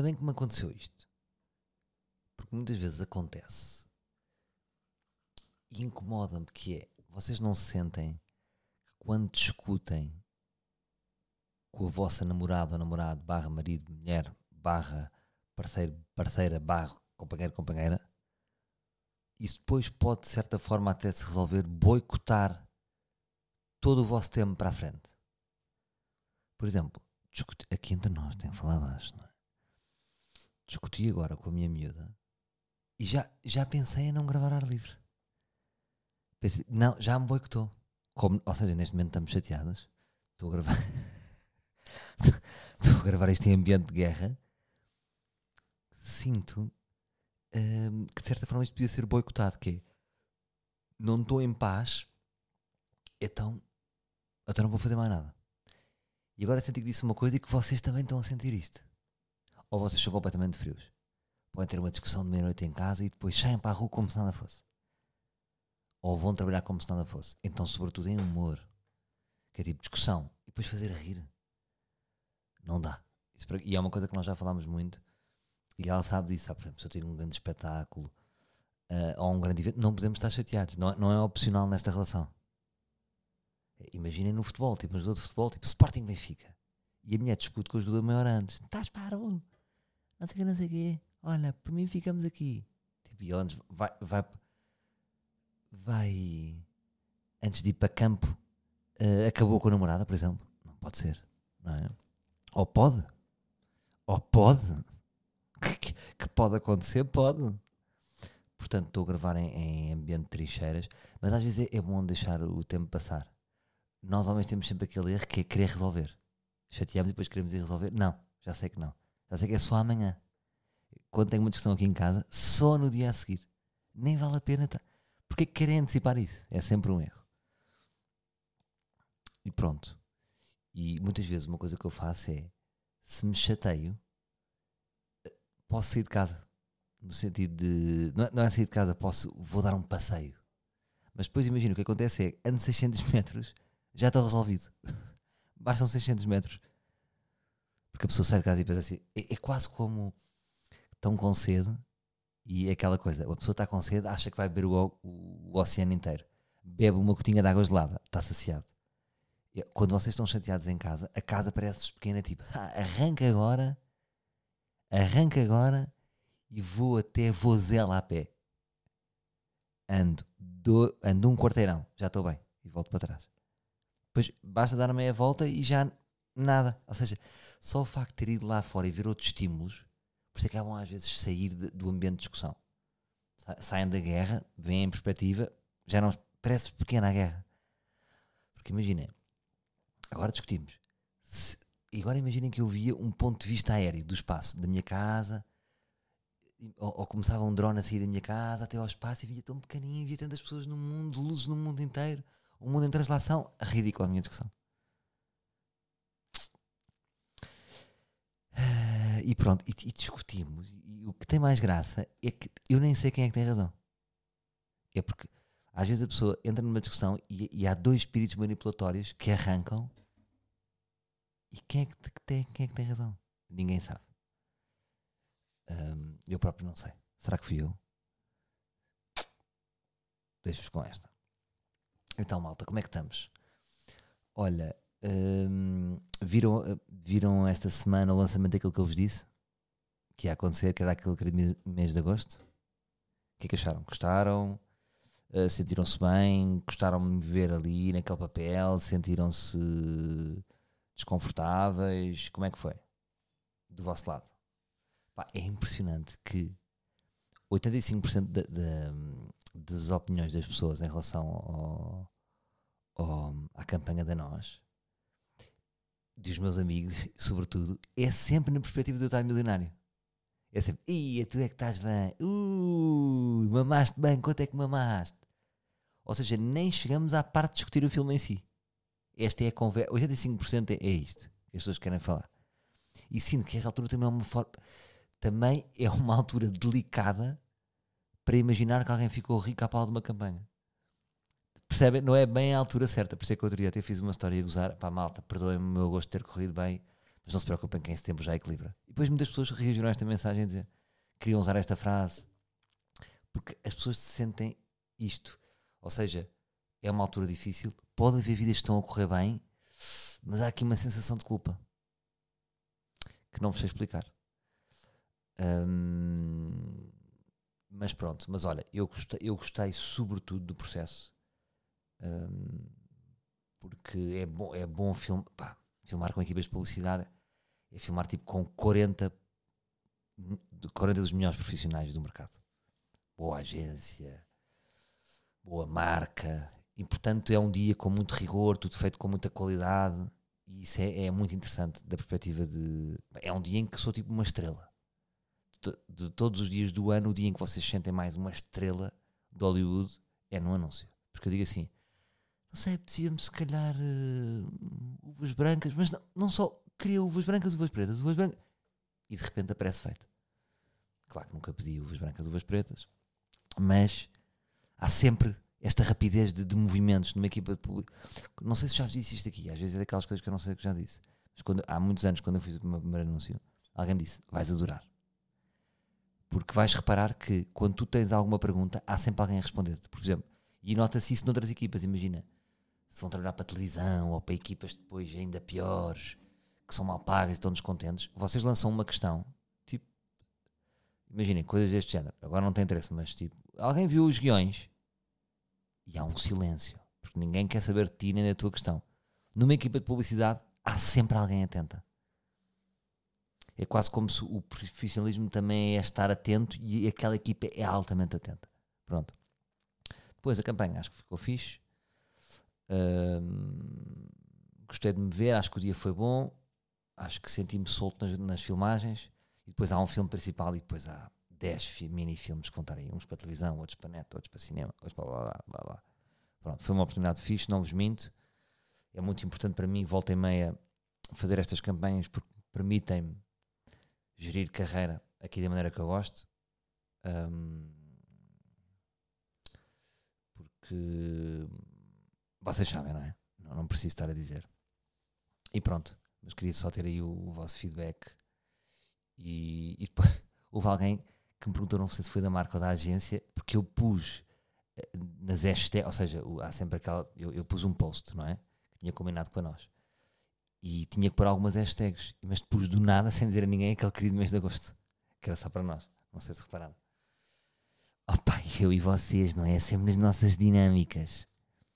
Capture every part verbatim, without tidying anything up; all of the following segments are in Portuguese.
bem que me aconteceu isto. Porque muitas vezes acontece e incomoda-me, que é, vocês não se sentem que quando discutem com a vossa namorada ou namorado, barra marido, mulher, barra parceiro, parceira, barra companheiro, companheira, isso depois pode de certa forma até se resolver boicotar todo o vosso tempo para a frente. Por exemplo, discuti, aqui entre nós, tenho que falar baixo, não é? Discuti agora com a minha miúda e já, já pensei em não gravar ar livre. Pensei, não, já me boicotou. Como, ou seja, neste momento estamos chateadas. Estou a gravar. Estou a gravar isto em ambiente de guerra. Sinto hum, que de certa forma isto podia ser boicotado. Que é, não estou em paz, então, então não vou fazer mais nada. E agora senti que disse uma coisa e que vocês também estão a sentir isto. Ou vocês são completamente frios. Podem ter uma discussão de meia-noite em casa e depois saem para a rua como se nada fosse. Ou vão trabalhar como se nada fosse. Então, sobretudo em humor, que é tipo discussão, e depois fazer rir. Não dá. Isso, e é uma coisa que nós já falámos muito, e ela sabe disso. Sabe? Por exemplo, se eu tenho um grande espetáculo uh, ou um grande evento, não podemos estar chateados. Não, não é opcional nesta relação. Imaginem no futebol, tipo um jogador de futebol, tipo Sporting Benfica. E a mulher discute com o jogador maior antes. Estás parvo? Não sei o que, não sei o quê. Olha, por mim ficamos aqui. Tipo, e antes vai, vai, vai, antes de ir para campo, uh, acabou com a namorada, por exemplo. Não pode ser, não é? Ou pode. Ou pode. Que, que, que pode acontecer, pode. Portanto, estou a gravar em, em ambiente de trincheiras, mas às vezes é, é bom deixar o tempo passar. Nós homens temos sempre aquele erro que é querer resolver. Chateamos e depois queremos ir resolver. Não, já sei que não. Já sei que é só amanhã. Quando tenho uma discussão aqui em casa, só no dia a seguir. Nem vale a pena. Tá? Porque é que querem antecipar isso? É sempre um erro. E pronto. E muitas vezes uma coisa que eu faço é, se me chateio, posso sair de casa. No sentido de... Não é, não é sair de casa, posso, vou dar um passeio. Mas depois imagino, o que acontece é, ando seiscentos metros, já estou resolvido. Bastam seiscentos metros. Porque a pessoa sai de casa e pensa assim, é, é quase como estão com sede e é aquela coisa, a pessoa está com sede, acha que vai beber o, o, o oceano inteiro. Bebe uma gotinha de água gelada, está saciado. E quando vocês estão chateados em casa, a casa parece pequena, tipo, ah, arranca agora, arranca agora e vou até Vozela a pé. Ando, do, ando um quarteirão, já estou bem, e volto para trás. Depois basta dar a meia volta e já nada. Ou seja, só o facto de ter ido lá fora e ver outros estímulos, por isso é que acabam às vezes sair de, do ambiente de discussão. Sa- saem da guerra, vêm em perspectiva, já não parece pequena a guerra. Porque imaginem, agora discutimos. Se, e agora imaginem que eu via um ponto de vista aéreo do espaço, da minha casa, ou, ou começava um drone a sair da minha casa até ao espaço e via tão pequenininho, via tantas pessoas no mundo, luzes no mundo inteiro, o mundo em translação. Ridícula a minha discussão. Uh, e pronto, e, e discutimos. E o que tem mais graça é que eu nem sei quem é que tem razão. É porque às vezes a pessoa entra numa discussão e, e há dois espíritos manipulatórios que arrancam. E quem é que, que tem, quem é que tem razão? Ninguém sabe. Um, eu próprio não sei. Será que fui eu? Deixo-vos com esta. Então, malta, como é que estamos? Olha, um, viram, viram esta semana o lançamento daquilo que eu vos disse? Que ia acontecer, que era aquele mês de agosto? O que é que acharam? Gostaram? Uh, sentiram-se bem? Gostaram de me ver ali naquele papel? Sentiram-se desconfortáveis? Como é que foi? Do vosso lado? Pá, é impressionante que oitenta e cinco por cento de, de, das opiniões das pessoas em relação ao, ao, à campanha da Nós, dos meus amigos, sobretudo, é sempre na perspectiva de eu estar milionário. É sempre, ia, tu é que estás bem, uh, mamaste bem, quanto é que mamaste? Ou seja, nem chegamos à parte de discutir o filme em si. Esta é a conversa, oitenta e cinco por cento é, é isto que as pessoas querem falar. E sinto que esta altura também é uma forma... Também é uma altura delicada para imaginar que alguém ficou rico à pau de uma campanha. Percebem? Não é bem a altura certa. Por isso é que outro dia até fiz uma história a gozar. Pá, malta, perdoem-me o meu gosto de ter corrido bem, Mas não se preocupem que em setembro já equilibra. E depois muitas pessoas reagiram a esta mensagem a dizer, queriam usar esta frase, porque as pessoas sentem isto. Ou seja, é uma altura difícil, pode haver vidas que estão a correr bem, mas há aqui uma sensação de culpa que não vos sei explicar. Hum, mas pronto, mas olha, eu gostei, eu gostei sobretudo do processo. Hum, porque é bom, é bom film, pá, filmar com equipas de publicidade, é filmar tipo com quarenta, quarenta dos melhores profissionais do mercado. Boa agência, boa marca, e portanto é um dia com muito rigor, tudo feito com muita qualidade, e isso é, é muito interessante da perspectiva de... É um dia em que sou tipo uma estrela. De, de todos os dias do ano, o dia em que vocês sentem mais uma estrela de Hollywood é no anúncio. Porque eu digo assim, não sei, apetecia-me se calhar uh, uvas brancas, mas não, não só, queria uvas brancas, uvas pretas, uvas brancas, e de repente aparece feito. Claro que nunca pedi uvas brancas, uvas pretas, mas há sempre esta rapidez de, de movimentos numa equipa de público. Não sei se já vos disse isto aqui, às vezes é daquelas coisas que eu não sei o que já disse, mas quando, há muitos anos, quando eu fiz o meu primeiro anúncio, alguém disse, vais adorar. Porque vais reparar que quando tu tens alguma pergunta, há sempre alguém a responder-te. Por exemplo, e nota-se isso noutras equipas, imagina, se vão trabalhar para a televisão ou para equipas depois ainda piores, que são mal pagas e estão descontentes, vocês lançam uma questão, tipo, imaginem, coisas deste género, agora não tem interesse, mas tipo, alguém viu os guiões e há um silêncio, porque ninguém quer saber de ti nem da tua questão. Numa equipa de publicidade, há sempre alguém atenta. É quase como se o profissionalismo também é estar atento e aquela equipa é altamente atenta. Pronto. Depois a campanha, acho que ficou fixe. Hum, gostei de me ver, acho que o dia foi bom. Acho que senti-me solto nas, nas filmagens. E depois há um filme principal e depois há dez mini-filmes que vão estar aí. Uns para televisão, outros para net, outros para cinema, outros para blá blá blá blá. Pronto, foi uma oportunidade fixe, não vos minto. É muito importante para mim, volta e meia, fazer estas campanhas porque permitem-me gerir carreira aqui da maneira que eu gosto. Um, porque vocês sabem, não é? Não, não preciso estar a dizer. E pronto, mas queria só ter aí o, o vosso feedback. E, e depois houve alguém que me perguntou, não sei se foi da marca ou da agência, porque eu pus nas hashtags, ou seja, há sempre aquela, eu, eu pus um post, não é? Que tinha combinado para nós. E tinha que pôr algumas hashtags, mas pus do nada, sem dizer a ninguém, aquele querido mês de agosto, que era só para nós. Não sei se repararam. Opa, eu e vocês, não é? Sempre nas nossas dinâmicas.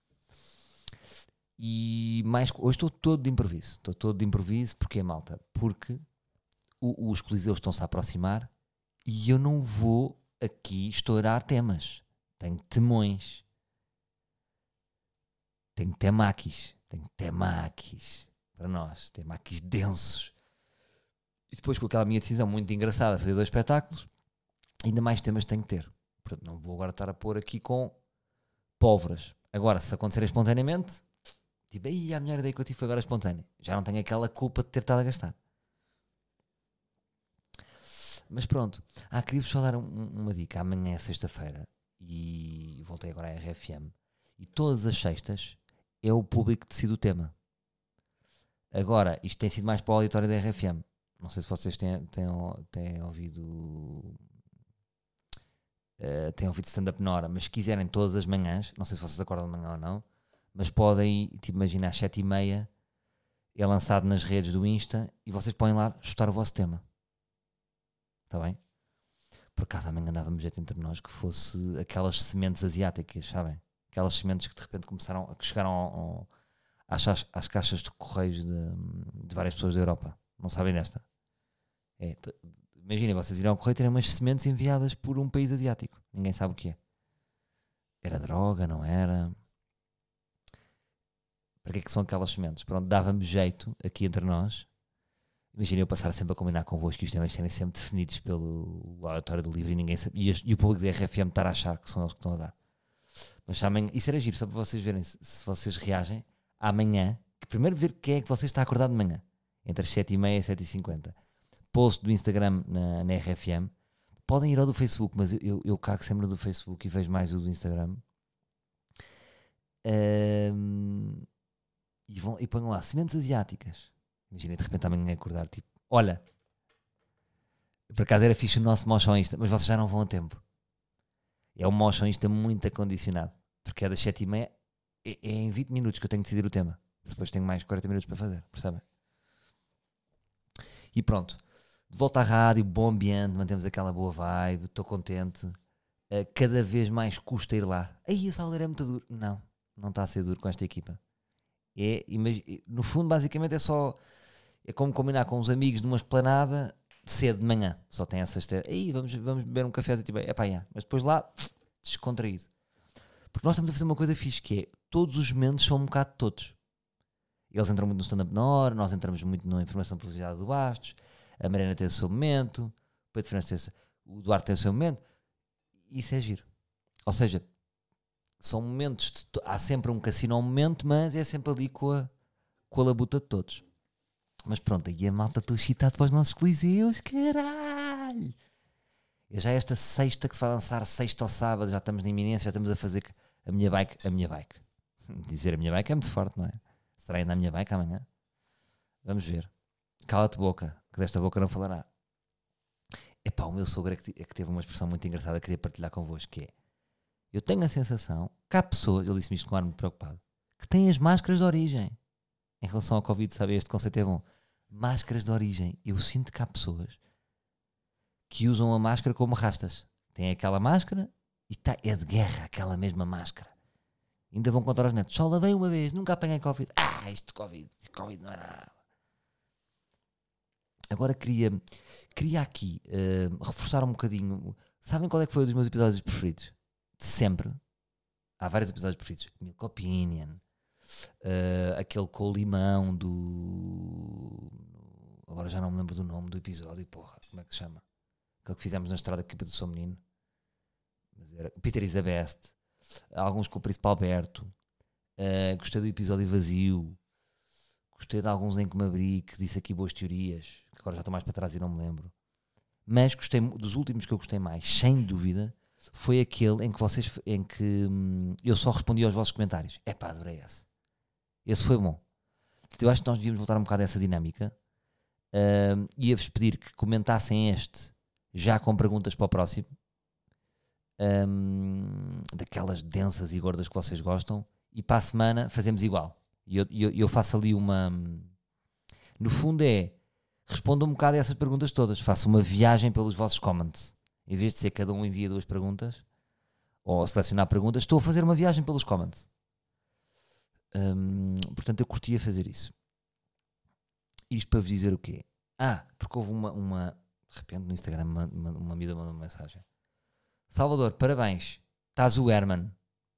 E mais, hoje estou todo de improviso. Estou todo de improviso, porque malta? Porque o, os coliseus estão-se a aproximar e eu não vou aqui estourar temas. Tenho temões. Tenho temaquis. Tenho temaquis. Para nós, temaquis densos. E depois com aquela minha decisão muito engraçada de fazer dois espetáculos, ainda mais temas tenho que ter. Portanto, não vou agora estar a pôr aqui com pólvoras. Agora, se acontecer espontaneamente, tipo, aí a melhor ideia que eu tive foi agora espontânea. Já não tenho aquela culpa de ter estado a gastar. Mas pronto. Ah, queria-vos só dar um, uma dica. Amanhã é sexta-feira e voltei agora à R F M. E todas as sextas é o público que decide o tema. Agora, isto tem sido mais para o auditório da R F M. Não sei se vocês têm, têm, têm ouvido uh, têm ouvido stand-up na hora, mas se quiserem todas as manhãs, não sei se vocês acordam de manhã ou não, mas podem, tipo, imagina às sete e meia é lançado nas redes do Insta e vocês podem lá chutar o vosso tema. Está bem? Por acaso amanhã andávamos jeito entre nós que fosse aquelas sementes asiáticas, sabem? Aquelas sementes que de repente começaram, que chegaram ao, ao, às, às caixas de correios de, de várias pessoas da Europa. Não sabem desta? É, t- imaginem, vocês irão ao correio e terem umas sementes enviadas por um país asiático. Ninguém sabe o que é. Era droga, não era? Para que é que são aquelas sementes? Pronto, dava-me jeito aqui entre nós. Imagina eu passar sempre a combinar convosco e os temas serem sempre definidos pelo auditório do livro e ninguém sabe, e, e o público da R F M estar a achar que são eles que estão a dar. Mas amanhã, isso era giro, só para vocês verem se, se vocês reagem amanhã, que primeiro ver quem é que vocês está acordado de manhã, entre as sete e meia e sete e cinquenta. Post do Instagram na, na R F M. Podem ir ao do Facebook, mas eu, eu, eu cago sempre no do Facebook e vejo mais o do Instagram. Um, e, vão, e ponham lá sementes asiáticas. Imagina de repente amanhã acordar, tipo, olha, por acaso era fixe o nosso motion Insta, mas vocês já não vão a tempo. É um motion Insta muito acondicionado, porque é das sete e meia, é, é em vinte minutos que eu tenho que decidir o tema. Depois tenho mais quarenta minutos para fazer, percebem? E pronto, de volta à rádio, bom ambiente, mantemos aquela boa vibe, estou contente. Uh, cada vez mais custa ir lá. Aí a sala é muito duro. Não, não está a ser duro com esta equipa. É, no fundo, basicamente é só, é como combinar com os amigos numa esplanada cedo de manhã. Só tem essa esteira. Aí vamos, vamos beber um café, tipo, é pá, yeah. Mas depois lá, descontraído. Porque nós estamos a fazer uma coisa fixe, que é, todos os momentos são um bocado de todos. Eles entram muito no stand-up na hora, nós entramos muito na informação privilegiada do Bastos, a Mariana tem o seu momento, o Pedro Fernandes tem o seu, o Duarte tem o seu momento. Isso é giro. Ou seja, são momentos, de, há sempre um cassino ao momento, mas é sempre ali com a, com a labuta de todos. Mas pronto, aí a malta estou excitado para os nossos coliseus, caralho! Eu já esta sexta que se vai lançar, sexta ou sábado, já estamos na iminência, já estamos a fazer a minha bike, a minha bike. Dizer a minha bike é muito forte, não é? Será ainda a minha bike amanhã? Vamos ver. Cala-te boca, que desta boca não falará. Epá, o meu sogro é que, é que teve uma expressão muito engraçada que queria partilhar convosco, que é, eu tenho a sensação que há pessoas, ele disse-me isto com um ar muito preocupado, que têm as máscaras de origem. Em relação ao Covid, sabe, este conceito é bom. Máscaras de origem. Eu sinto que há pessoas que usam a máscara como rastas. Tem aquela máscara e tá, é de guerra aquela mesma máscara. Ainda vão contar aos netos, só lavei uma vez, nunca apanhei Covid. Ah, isto de Covid, Covid não é nada. Agora queria, queria aqui uh, reforçar um bocadinho. Sabem qual é que foi um dos meus episódios preferidos? De sempre. Há vários episódios preferidos. Milk Opinion. Uh, aquele com o limão do... Agora já não me lembro do nome do episódio. Porra, como é que se chama? Aquele que fizemos na estrada com a equipa do São Menino. Mas era Peter is the best. Alguns com o Príncipe Alberto. Uh, gostei do episódio vazio. Gostei de alguns em que me abri, que disse aqui boas teorias, que agora já estou mais para trás e não me lembro. Mas gostei, dos últimos que eu gostei mais, sem dúvida, foi aquele em que vocês, em que hum, eu só respondi aos vossos comentários. Epá, adorei esse. Esse foi bom. Eu acho que nós devíamos voltar um bocado a essa dinâmica. Uh, ia-vos pedir que comentassem este, já com perguntas para o próximo. Um, daquelas densas e gordas que vocês gostam. E para a semana fazemos igual. E eu, eu, eu faço ali uma... No fundo é... Respondo um bocado a essas perguntas todas. Faço uma viagem pelos vossos comments. Em vez de ser cada um envia duas perguntas, ou selecionar perguntas, estou a fazer uma viagem pelos comments. Hum, portanto, eu curtia fazer isso. Isto para vos dizer o quê? Ah, porque houve uma... uma de repente no Instagram uma, uma, uma amiga mandou uma mensagem. Salvador, parabéns. Estás o Herman.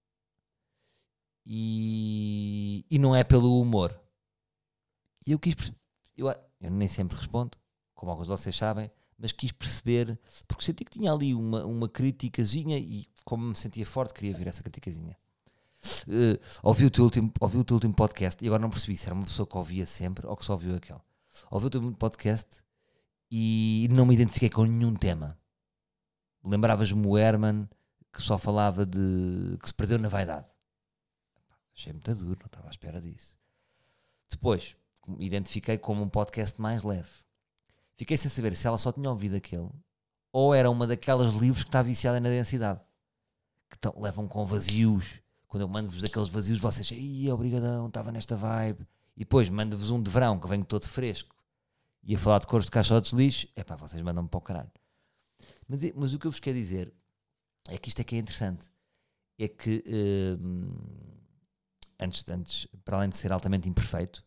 E, e não é pelo humor. E eu quis perceber, eu, eu nem sempre respondo, como alguns de vocês sabem, mas quis perceber, porque senti que tinha ali uma, uma criticazinha e como me sentia forte, queria ver essa criticazinha. Uh, ouvi, o teu último, ouvi o teu último podcast e agora não percebi se era uma pessoa que ouvia sempre ou que só ouviu aquele. Ouvi o teu último podcast e não me identifiquei com nenhum tema. Lembravas-me o Herman que só falava de que se perdeu na vaidade. Achei muito duro, não estava à espera disso. Depois, identifiquei como um podcast mais leve. Fiquei sem saber se ela só tinha ouvido aquele ou era uma daquelas livros que está viciada na densidade. Que tão, levam com vazios. Quando eu mando-vos daqueles vazios, vocês, ai, obrigadão, estava nesta vibe. E depois mando-vos um de verão, que venho todo fresco. E a falar de cores de caixotes de lixo, é pá, vocês mandam-me para o caralho. Mas, mas o que eu vos quero dizer é que isto é que é interessante. É que... Hum, Antes, antes, para além de ser altamente imperfeito,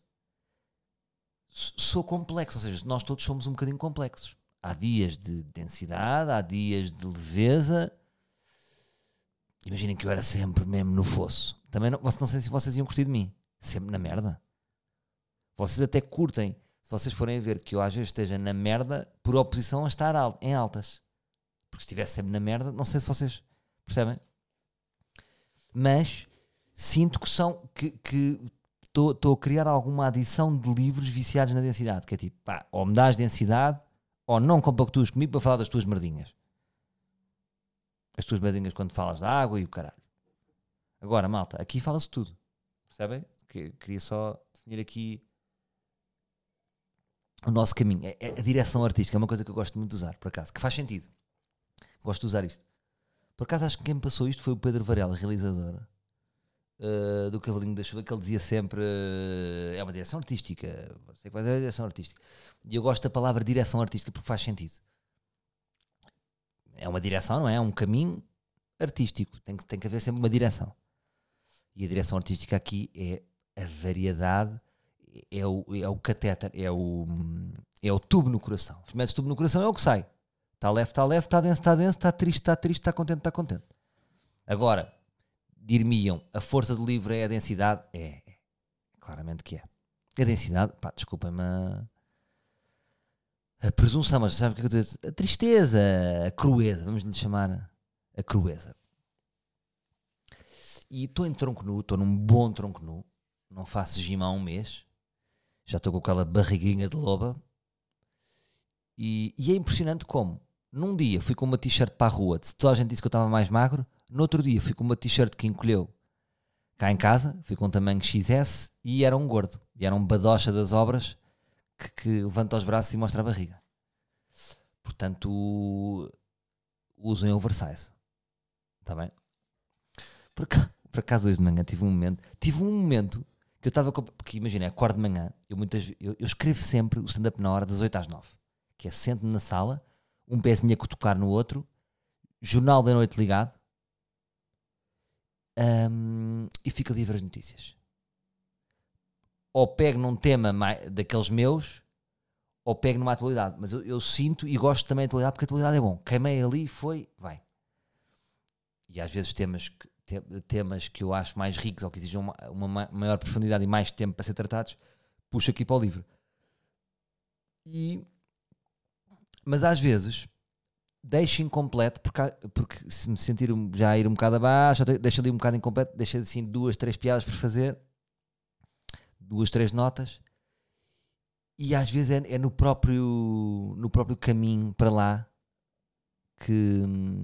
sou complexo, ou seja, nós todos somos um bocadinho complexos. Há dias de densidade, há dias de leveza. Imaginem que eu era sempre mesmo no fosso. Também não, não sei se vocês iam curtir de mim. Sempre na merda. Vocês até curtem, se vocês forem a ver que eu às vezes esteja na merda por oposição a estar em altas. Porque se estivesse sempre na merda, não sei se vocês percebem. Mas... sinto que são que estou a criar alguma adição de livros viciados na densidade, que é tipo, pá, ou me dás densidade ou não compactuas comigo para falar das tuas merdinhas. As tuas merdinhas quando falas da água e o caralho. Agora, malta, aqui fala-se tudo. Percebem? Que, queria só definir aqui o nosso caminho, é, é a direção artística, é uma coisa que eu gosto muito de usar, por acaso, que faz sentido. Gosto de usar isto. Por acaso acho que quem me passou isto foi o Pedro Varela, realizador uh, do Cavalinho da Chuva, que ele dizia sempre uh, é uma direção artística, sei que vai ser a direção artística. E eu gosto da palavra direção artística porque faz sentido. É uma direção, não é? É um caminho artístico, tem que, tem que haver sempre uma direção. E a direção artística aqui é a variedade, é o, é o catéter, é o, é o tubo no coração. Se metes tubo no coração é o que sai. Está leve, está leve, está denso, está denso, está triste, está triste, está contente, está contente. Agora, dir-me-iam, a força do livro é a densidade? É, é, claramente que é. A densidade, pá, desculpem-me a, a presunção, mas sabe o que é que eu estou a dizer? A tristeza, a crueza, vamos lhe chamar a crueza. E estou em tronco nu, estou num bom tronco nu, não faço gym há um mês, já estou com aquela barriguinha de loba, e, e é impressionante como, num dia fui com uma t-shirt para a rua, toda a gente disse que eu estava mais magro, no outro dia fui com uma t-shirt que encolheu cá em casa, fui com um tamanho X S e era um gordo, e era um badocha das obras que, que levanta os braços e mostra a barriga. Portanto, usem oversize, está bem? Por, por acaso hoje de manhã tive um momento, tive um momento que eu estava, porque imagina, acordo de manhã, eu, muitas, eu, eu escrevo sempre o stand-up na hora das oito às nove, que é sento-me na sala, um pezinho a cutucar no outro, jornal da noite ligado, um, e fico ali a ver as notícias. Ou pego num tema mais, daqueles meus, ou pego numa atualidade, mas eu, eu sinto e gosto também da atualidade, porque a atualidade é bom, queimei ali, foi, vai. E às vezes temas que temas que eu acho mais ricos ou que exigem uma, uma maior profundidade e mais tempo para ser tratados, puxo aqui para o livro. E, mas às vezes deixo incompleto, porque, porque se me sentir já a ir um bocado abaixo, deixo ali um bocado incompleto, deixo assim duas, três piadas por fazer, duas, três notas, e às vezes é, é no, próprio, no próprio caminho para lá que,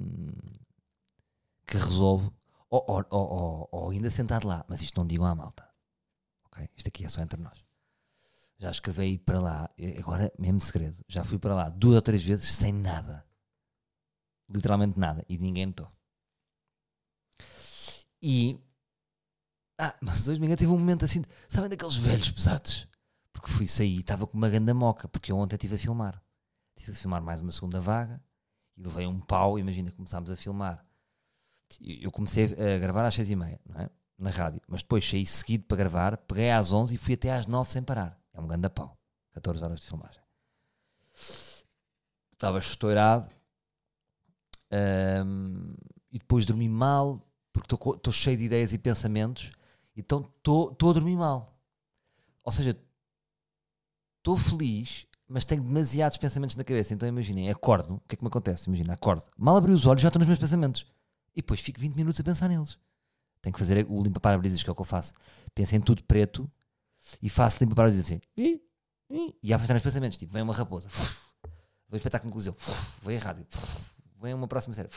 que resolvo. Ou, ou, ou, ou ainda sentado lá, mas isto não digam à malta, ok? Isto aqui é só entre nós. Já escrevi para lá, agora mesmo segredo, já fui para lá duas ou três vezes sem nada, literalmente nada, e ninguém notou. E ah, mas hoje de manhã tive um momento assim, sabem daqueles velhos pesados, porque fui sair e estava com uma ganda moca, porque eu ontem estive a filmar, estive a filmar mais uma segunda vaga e levei um pau. Imagina, começámos a filmar. Eu comecei a gravar às seis e meia, não é? Na rádio, mas depois saí seguido para gravar, peguei às onze e fui até às nove sem parar. É um grande pau, catorze horas de filmagem. Estava estourado, um, e depois dormi mal, porque estou cheio de ideias e pensamentos, então estou a dormir mal. Ou seja, estou feliz, mas tenho demasiados pensamentos na cabeça. Então imaginem, acordo, o que é que me acontece? Imagina, acordo, mal abri os olhos, já estou nos meus pensamentos. E depois fico vinte minutos a pensar neles. Tenho que fazer o limpa-parabrisas, que é o que eu faço. Penso em tudo preto e faço limpa-parabrisas assim. E, e, e a afastar os pensamentos. Tipo, vem uma raposa. Vem um espetáculo inclusivo. Vem a rádio. Vem uma próxima série.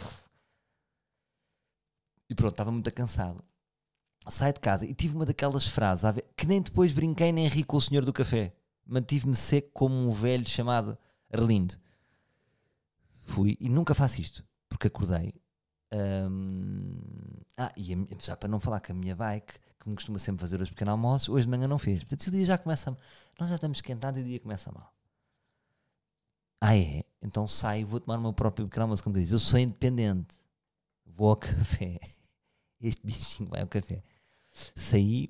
E pronto, estava muito cansado. Saio de casa e tive uma daquelas frases ver, que nem depois brinquei nem ri com o senhor do café. Mantive-me seco como um velho chamado Arlindo. Fui e nunca faço isto. Porque acordei. Um, ah, e a, já para não falar que a minha bike, que me costuma sempre fazer os pequenos almoços, hoje de manhã não fez. Portanto, se o dia já começa, nós já estamos esquentados e o dia começa mal. Ah, é? Então saio, vou tomar o meu próprio pequeno almoço, como que diz. Eu sou independente, vou ao café. Este bichinho vai ao café. Saí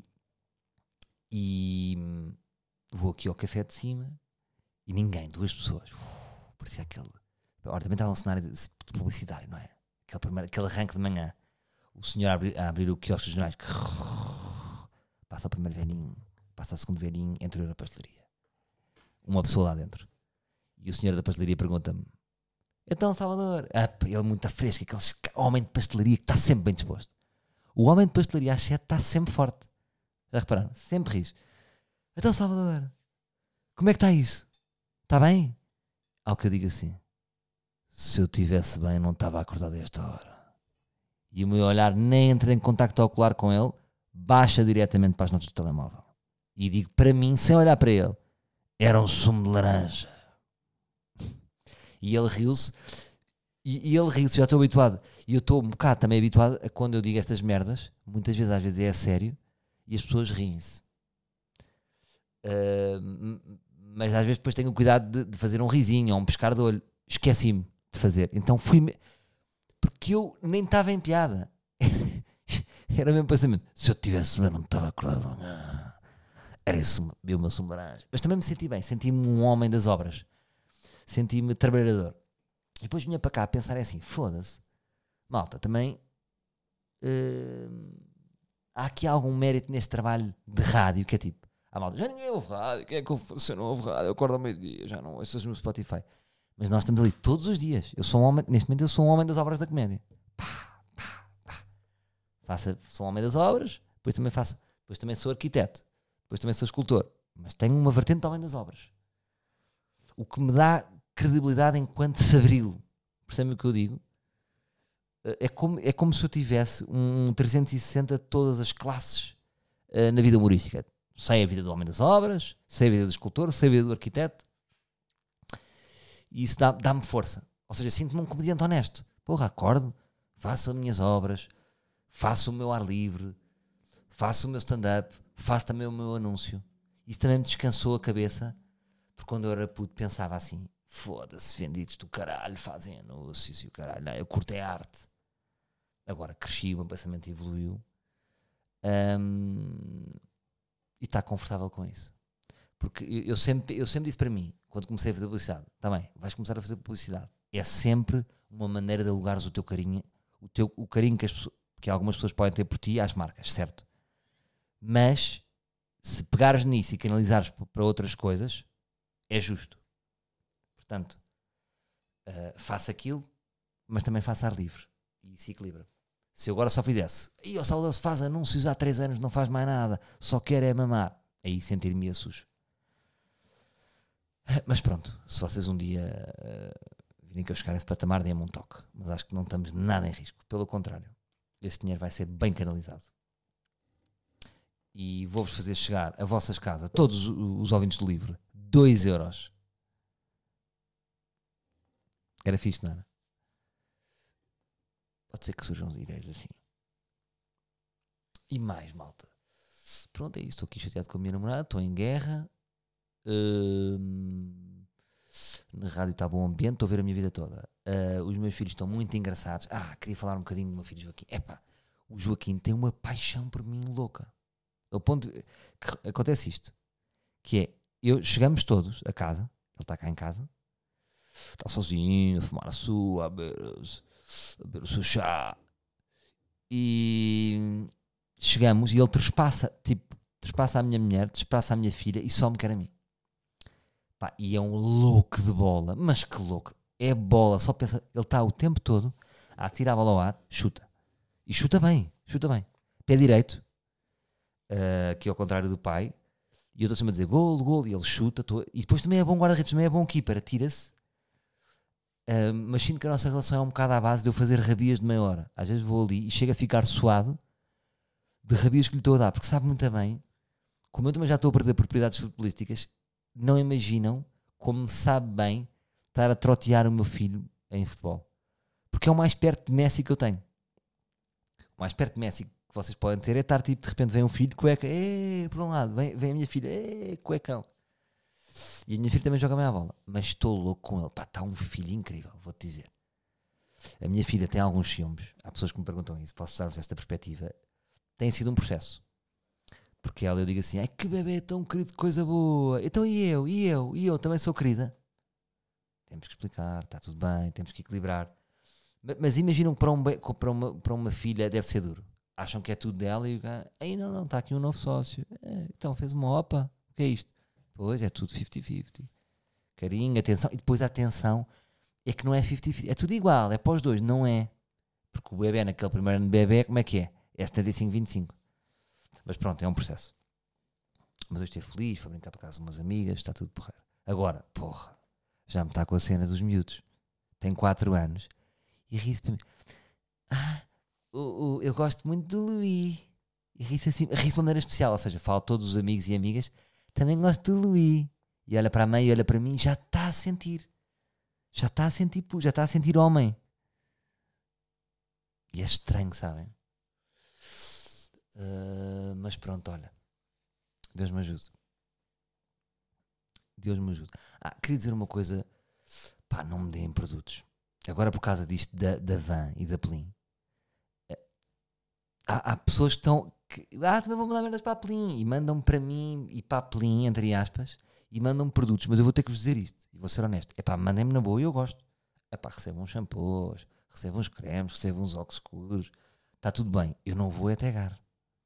e vou aqui ao café de cima e ninguém, duas pessoas. Uf, parecia aquele. Ora, também estava um cenário de publicitário, não é? Aquele, primeiro, aquele arranque de manhã, o senhor a abrir, a abrir o quiosque dos jornais, passa o primeiro velhinho, passa o segundo velhinho, interior da pastelaria, uma pessoa lá dentro, e o senhor da pastelaria pergunta-me: então Salvador, ah, ele muito fresco, aquele homem de pastelaria que está sempre bem disposto. O homem de pastelaria às sete está sempre forte, já repararam? Sempre ris. Então Salvador, como é que está isso? Está bem? Ao que eu digo assim: se eu estivesse bem, não estava acordado a esta hora. E o meu olhar nem entra em contacto ocular com ele, baixa diretamente para as notas do telemóvel. E digo para mim, sem olhar para ele: Era um sumo de laranja. E ele riu-se. E, e ele riu-se, já estou habituado. E eu estou um bocado também habituado a quando eu digo estas merdas, muitas vezes, às vezes é a sério, e as pessoas riem-se. Uh, mas às vezes depois tenho cuidado de, de fazer um risinho ou um pescar de olho. Esqueci-me de fazer. Então fui-me... Porque eu nem estava em piada. Era o mesmo pensamento. Se eu tivesse, não estava acordado. Era isso, viu o meu sumo de laranja. Mas também me senti bem. Senti-me um homem das obras. Senti-me trabalhador. E depois vinha para cá a pensar assim, foda-se, malta, também uh, há aqui algum mérito neste trabalho de rádio, que é tipo, ah, malta, já ninguém ouve rádio, quem é que ouve, se eu não ouve rádio, eu acordo ao meio-dia, já não ouço no Spotify. Mas nós estamos ali todos os dias. Eu sou um homem, neste momento eu sou um homem das obras da comédia. Pá, pá, pá. Faço, sou um homem das obras, depois também faço, depois também sou arquiteto, depois também sou escultor, mas tenho uma vertente de homem das obras. O que me dá credibilidade enquanto fabril. Percebe o que eu digo? É como, é como se eu tivesse um trezentos e sessenta de todas as classes uh, na vida humorística. Sei a vida do homem das obras, sei a vida do escultor, sei a vida do arquiteto. E isso dá, dá-me força. Ou seja, sinto-me um comediante honesto. Porra, acordo, faço as minhas obras, faço o meu ar livre, faço o meu stand-up, faço também o meu anúncio. Isso também me descansou a cabeça, porque quando eu era puto pensava assim, foda-se, vendidos do caralho, fazem anúncios e o caralho, não, eu curto é arte. Agora cresci, o meu pensamento evoluiu um, e está confortável com isso. Porque eu, eu, sempre, eu sempre disse para mim, quando comecei a fazer publicidade, está bem, vais começar a fazer publicidade. É sempre uma maneira de alugares o teu carinho, o, teu, o carinho que, as pessoas, que algumas pessoas podem ter por ti às marcas, certo? Mas se pegares nisso e canalizares para outras coisas, é justo. Portanto, uh, faça aquilo, mas também faça ar livre. E se equilibra. Se eu agora só fizesse, e o Salvador se faz anúncios há três anos, não faz mais nada, só quer é mamar, aí sentir-me a sujo. Mas pronto, se vocês um dia uh, virem que eu chegar a esse patamar, deem-me um toque. Mas acho que não estamos nada em risco. Pelo contrário, este dinheiro vai ser bem canalizado. E vou-vos fazer chegar a vossas casas, todos os ouvintes do livro, dois euros. Era fixe, não era? Pode ser que surjam ideias assim. E mais, malta. Pronto, é isso. Estou aqui chateado com a minha namorada. Estou em guerra. Uh, na rádio está bom ambiente. Estou a ver a minha vida toda. Uh, os meus filhos estão muito engraçados. Ah, queria falar um bocadinho do meu filho Joaquim. Epá, o Joaquim tem uma paixão por mim louca. Ao ponto de, que acontece isto. Que é, eu, chegamos todos a casa. Ele está cá em casa. Está sozinho, a fumar a sua, a beber, a beber o seu chá. E chegamos e ele trespassa, tipo, trespassa a minha mulher, trespassa a minha filha e só me quer a mim. Pá, e é um louco de bola, mas que louco. É bola, só pensa, ele está o tempo todo a atirar a bola ao ar, chuta. E chuta bem, chuta bem. Pé direito, uh, que é ao contrário do pai. E eu estou sempre a dizer gol, gol, e ele chuta. Tô, e depois também é bom guarda-redes, também é bom keeper, atira-se. Uh, mas sinto que a nossa relação é um bocado à base de eu fazer rabias de meia hora. Às vezes vou ali e chego a ficar suado de rabias que lhe estou a dar, porque sabe muito bem, como eu também já estou a perder propriedades futebolísticas, não imaginam como sabe bem estar a trotear o meu filho em futebol. Porque é o mais perto de Messi que eu tenho. O mais perto de Messi que vocês podem ter é estar tipo, de repente vem um filho, cueca, é, por um lado, vem, vem a minha filha, é, cuecão. E a minha filha também joga bem a bola. Mas estou louco com ele. Pá, está um filho incrível, vou-te dizer. A minha filha tem alguns ciúmes. Há pessoas que me perguntam isso. Posso dar-vos esta perspectiva. Tem sido um processo. Porque ela, eu digo assim, ai que bebê tão querido, coisa boa. Então e eu? E eu? E eu também sou querida? Temos que explicar. Está tudo bem. Temos que equilibrar. Mas, mas imaginam que para, um, para, uma, para uma filha deve ser duro. Acham que é tudo dela e... Aí não, não. Está aqui um novo sócio. É, então fez uma opa. O que é isto? Pois, é tudo cinquenta cinquenta. Carinho, atenção. E depois a atenção é que não é cinquenta cinquenta. É tudo igual, é para os dois. Não é. Porque o bebê, naquele primeiro ano de bebê, como é que é? É setenta e cinco vinte e cinco. Mas pronto, é um processo. Mas eu estive feliz, foi brincar para casa de umas amigas, está tudo porreiro. Agora, porra, já me está com a cena dos miúdos. Tem quatro anos. E ri-se para mim. Ah, o, o, eu gosto muito do Luís. E ri-se assim, ri-se de uma maneira especial. Ou seja, falo a todos os amigos e amigas. Também gosto do Luís. e olha para a mãe e olha para mim, já está a sentir. Já está a sentir, pu- já está a sentir homem. E é estranho, sabem? Uh, mas pronto, olha. Deus me ajude. Deus me ajude. Ah, queria dizer uma coisa. Pá, não me deem produtos. Agora por causa disto da, da van e da Plim. eh, Há, há pessoas que estão... Que, ah, também vou mandar merdas para a Plim. E mandam para mim e para a Plim, entre aspas. E mandam produtos. Mas eu vou ter que vos dizer isto. E vou ser honesto. É pá, mandem-me na boa e eu gosto. É pá, recebo uns shampoos. Recebo uns cremes. Recebo uns óculos escuros. Está tudo bem. Eu não vou é tagar.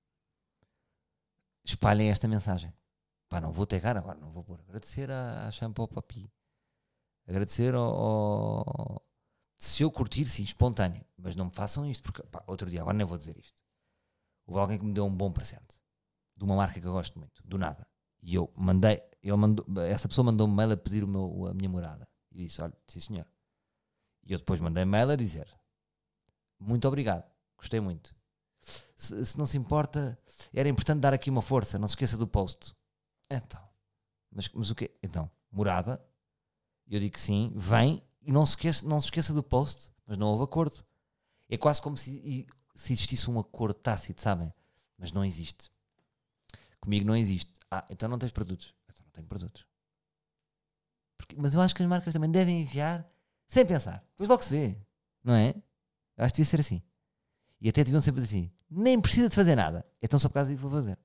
Espalhem esta mensagem. Pá, não vou tagar agora. Não vou pôr. Agradecer à, à Shampoo Papi. Agradecer ao, ao- Se eu curtir, sim, espontâneo. Mas não me façam isto, porque pá, outro dia, agora nem vou dizer isto. Houve alguém que me deu um bom presente de uma marca que eu gosto muito, do nada. E eu mandei, ele mandou, essa pessoa mandou-me mail a pedir o meu, a minha morada. E disse: olha, sim senhor. E eu depois mandei mail a dizer: muito obrigado, gostei muito. Se, se não se importa, era importante dar aqui uma força, não se esqueça do post. Então, mas, mas o quê? Então, morada. Eu digo que sim, vem e não se esqueça, não se esqueça do post, mas não houve acordo. É quase como se, e- se existisse um acordo tácito, sabem? Mas não existe. Comigo não existe. Ah, então não tens produtos. Então não tenho produtos. Porque- mas eu acho que as marcas também devem enviar sem pensar. Depois logo se vê. Não é? Eu acho que devia ser assim. E até deviam sempre dizer assim: nem precisa de fazer nada. Então só por causa disso vou fazer.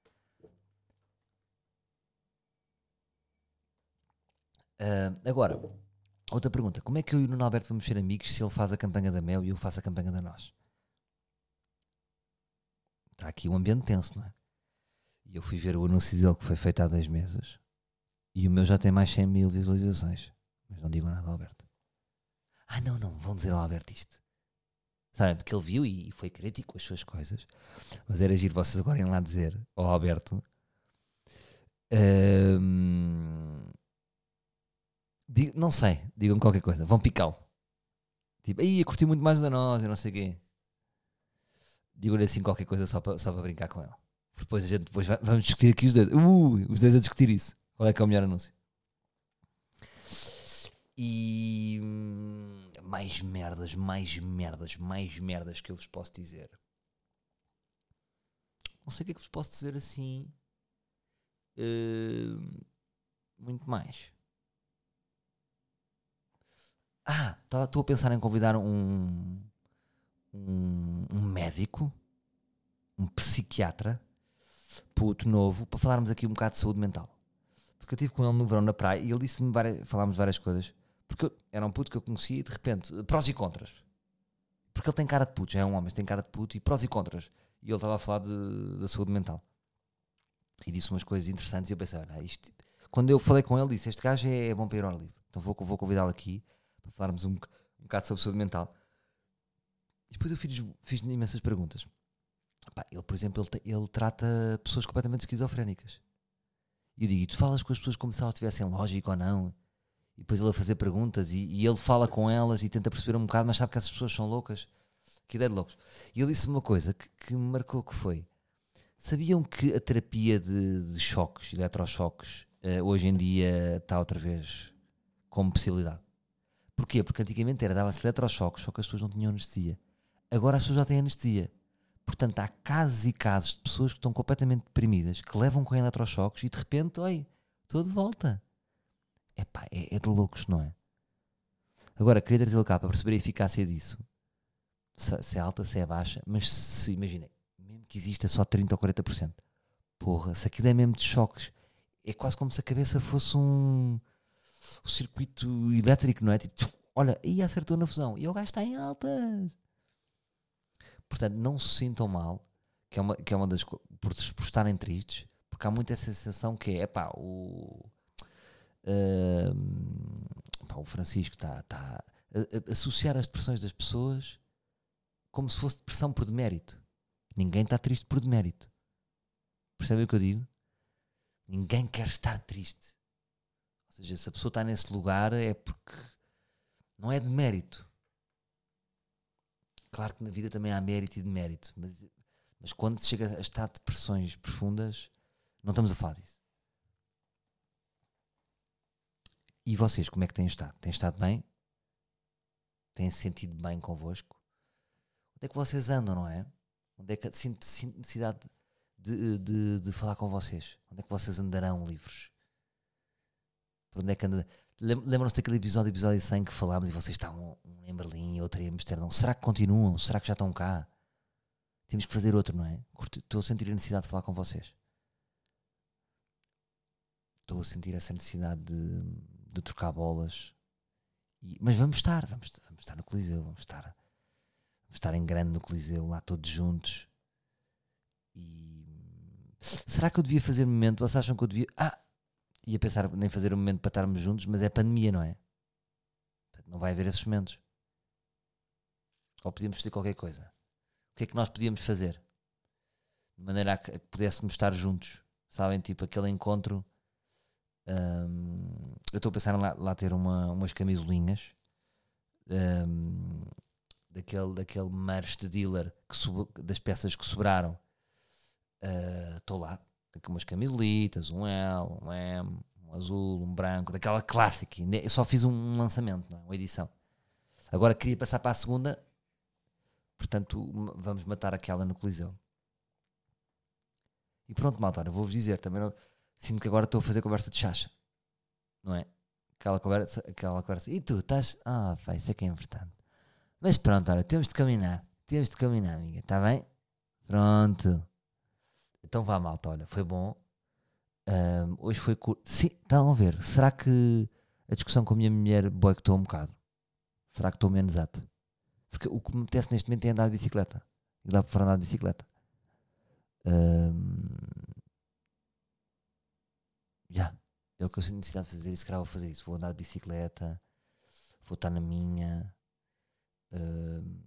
Ah, agora, outra pergunta. Como é que eu e o Nuno Alberto vamos ser amigos se ele faz a campanha da Mel e eu faço a campanha da Nós? Está aqui um ambiente tenso, não é? E eu fui ver o anúncio dele que foi feito há dois meses e o meu já tem mais cem mil visualizações. Mas não digo nada, Alberto. Ah, não, não, vão dizer ao Alberto isto. Sabem? Porque ele viu e foi crítico com as suas coisas. Mas era giro vocês agora irem lá dizer ao Alberto. hum, digo- não sei, digam qualquer coisa. Vão picá-lo. Tipo, aí eu curti muito mais o da nós, eu não sei o quê. Digam-lhe assim qualquer coisa só para só para brincar com ele. Porque depois a gente depois vai- vamos discutir aqui os dois. Uh, os dois a discutir isso. Qual é que é o melhor anúncio? E hum, mais merdas, mais merdas, mais merdas que eu vos posso dizer. Não sei o que é que vos posso dizer assim. Hum, muito mais. Ah, estou a pensar em convidar um, um, um médico, um psiquiatra, puto novo, para falarmos aqui um bocado de saúde mental. Porque eu estive com ele no verão na praia e ele disse-me várias, falámos várias coisas. Porque eu, era um puto que eu conhecia e de repente, prós e contras. Porque ele tem cara de puto, já é um homem, mas tem cara de puto e prós e contras. E ele estava a falar de, da saúde mental. E disse umas coisas interessantes e eu pensei, olha, isto... Quando eu falei com ele, disse, este gajo é, é bom para ir ao livre. Então vou, vou convidá-lo aqui para falarmos um, boc- um bocado sobre saúde mental. E depois eu fiz, fiz imensas perguntas. Pá, ele, por exemplo, ele, te- ele trata pessoas completamente esquizofrénicas. E eu digo, e tu falas com as pessoas como se elas tivessem lógica ou não? E depois ele a fazer perguntas e, e ele fala com elas e tenta perceber um bocado, mas sabe que essas pessoas são loucas. Que ideia de loucos. E ele disse-me uma coisa que, que me marcou, que foi: sabiam que a terapia de, de choques, eletrochoques, eh, hoje em dia está outra vez como possibilidade? Porquê? Porque antigamente era, dava-se eletrochoques, só que as pessoas não tinham anestesia. Agora as pessoas já têm anestesia. Portanto, há casos e casos de pessoas que estão completamente deprimidas, que levam com eletrochoques e de repente, oi, estou de volta. Epá, é, é de loucos, não é? Agora, queria trazer cá para perceber a eficácia disso. Se, se é alta, se é baixa, mas se, imaginem, mesmo que exista só trinta ou quarenta por cento, porra, se aquilo é mesmo de choques, é quase como se a cabeça fosse um, um circuito elétrico, não é? Tipo, tchuf, olha, aí acertou na fusão e o gajo está em altas. Portanto, não se sintam mal, que é uma, que é uma das coisas, por, por estarem tristes, porque há muito essa sensação que é, epá, o, ahm, pá, o Francisco está tá, a, a associar as depressões das pessoas como se fosse depressão por demérito. Ninguém está triste por demérito. Percebem o que eu digo? Ninguém quer estar triste. Ou seja, se a pessoa está nesse lugar é porque não é de mérito. Claro que na vida também há mérito e demérito, mas, mas quando se chega a estar de depressões profundas, não estamos a falar disso. E vocês, como é que têm estado? Têm estado bem? Têm se sentido bem convosco? Onde é que vocês andam, não é? Onde é que sinto, sinto necessidade de, de, de falar com vocês? Onde é que vocês andarão livres? Por onde é que anda? Lem- Lembram-se daquele episódio, episódio cem que falámos e vocês estavam um em Berlim e outro em Amsterdão? Será que continuam? Será que já estão cá? Temos que fazer outro, não é? Curto- Estou a sentir a necessidade de falar com vocês. Estou a sentir essa necessidade de, de trocar bolas. E- mas vamos estar, vamos, vamos estar no Coliseu, vamos estar, vamos estar em grande no Coliseu, lá todos juntos. E será que eu devia fazer momento? Vocês acham que eu devia? Ah, ia pensar nem fazer um momento para estarmos juntos, mas é pandemia, não é? Portanto, não vai haver esses momentos. Ou podíamos fazer qualquer coisa. O que é que nós podíamos fazer? De maneira a que, a que pudéssemos estar juntos. Sabem, tipo aquele encontro. hum, eu estou a pensar em lá, lá ter uma, umas camisolinhas. hum, daquele, daquele merch de dealer que sob- das peças que sobraram. Ah, Estou lá. Com umas camisolitas, um L, um M, um azul, um branco, daquela clássica. Ainda- Eu só fiz um, um lançamento, não é? Uma edição. Agora queria passar para a segunda, portanto m- vamos matar aquela no Coliseu. E pronto, malta, eu vou-vos dizer, também não- sinto que agora estou a fazer conversa de chacha, não é? Aquela conversa, aquela conversa. E tu, estás? Ah, pá, isso é que é importante. Mas pronto, olha, temos de caminhar. Temos de caminhar, amiga, está bem? Pronto. Então vá, malta, olha, foi bom. Ahm, hoje foi curto. Sim, estão a ver. Será que a discussão com a minha mulher boicotou um bocado? Será que estou menos up? Porque o que me apetece neste momento é andar de bicicleta. E dá para andar de bicicleta. Ahm, Já. É o que eu sinto necessidade de fazer. E se calhar vou fazer isso. Vou andar de bicicleta. Vou estar na minha. ahm,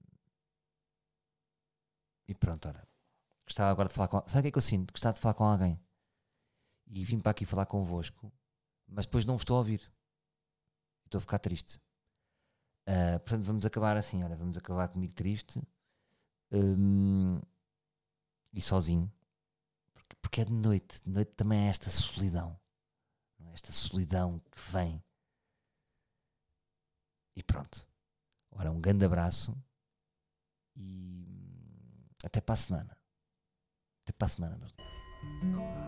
e pronto, olha. Gostava agora de falar com. Sabe o que é que eu sinto? Gostava de falar com alguém. E vim para aqui falar convosco. Mas depois não vos estou a ouvir. Estou a ficar triste. Ah, portanto, vamos acabar assim. Olha, vamos acabar comigo triste. hum, e sozinho. Porque, porque é de noite. De noite também é esta solidão. Não é? Esta solidão que vem. E pronto. Ora, um grande abraço. E hum, até para a semana. Até para a semana, meus.